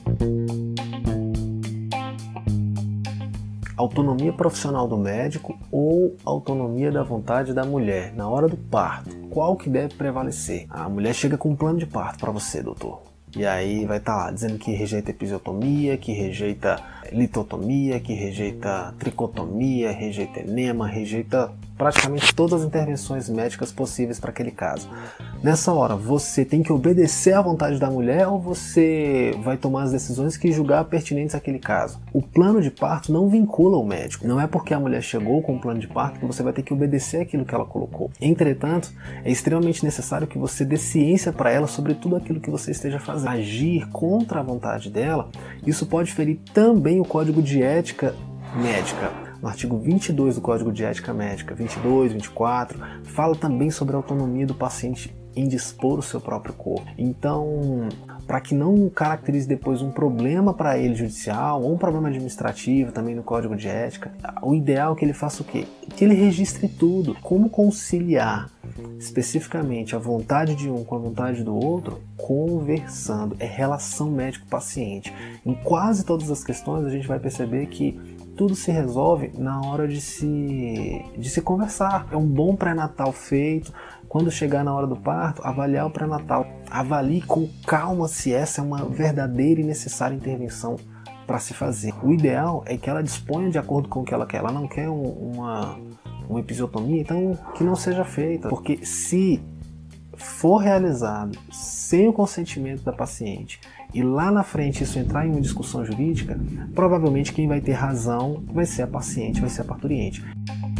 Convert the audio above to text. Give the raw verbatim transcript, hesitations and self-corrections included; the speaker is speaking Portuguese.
Autonomia profissional do médico ou autonomia da vontade da mulher na hora do parto? Qual que deve prevalecer? A mulher chega com um plano de parto para você, doutor. E aí vai estar lá dizendo que rejeita episiotomia, que rejeita litotomia, que rejeita tricotomia, rejeita enema, rejeita praticamente todas as intervenções médicas possíveis para aquele caso. Nessa hora, você tem que obedecer à vontade da mulher ou você vai tomar as decisões que julgar pertinentes àquele caso? O plano de parto não vincula o médico. Não é porque a mulher chegou com um plano de parto que você vai ter que obedecer aquilo que ela colocou. Entretanto, é extremamente necessário que você dê ciência para ela sobre tudo aquilo que você esteja fazendo. Agir contra a vontade dela, isso pode ferir também o Código de Ética Médica. No artigo vinte e dois do Código de Ética Médica, vinte e dois, vinte e quatro, fala também sobre a autonomia do paciente em dispor o seu próprio corpo. Então, para que não caracterize depois um problema para ele judicial ou um problema administrativo também no Código de Ética, o ideal é que ele faça o quê? Que ele registre tudo. Como conciliar especificamente a vontade de um com a vontade do outro? Conversando. É relação médico-paciente. Em quase todas as questões a gente vai perceber que tudo se resolve na hora de se, de se conversar. É um bom pré-natal feito. Quando chegar na hora do parto, avaliar o pré-natal. Avalie com calma se essa é uma verdadeira e necessária intervenção para se fazer. O ideal é que ela disponha de acordo com o que ela quer. Ela não quer um, uma, uma episiotomia, então que não seja feita. Porque se for realizado sem o consentimento da paciente e lá na frente isso entrar em uma discussão jurídica, provavelmente quem vai ter razão vai ser a paciente, vai ser a parturiente.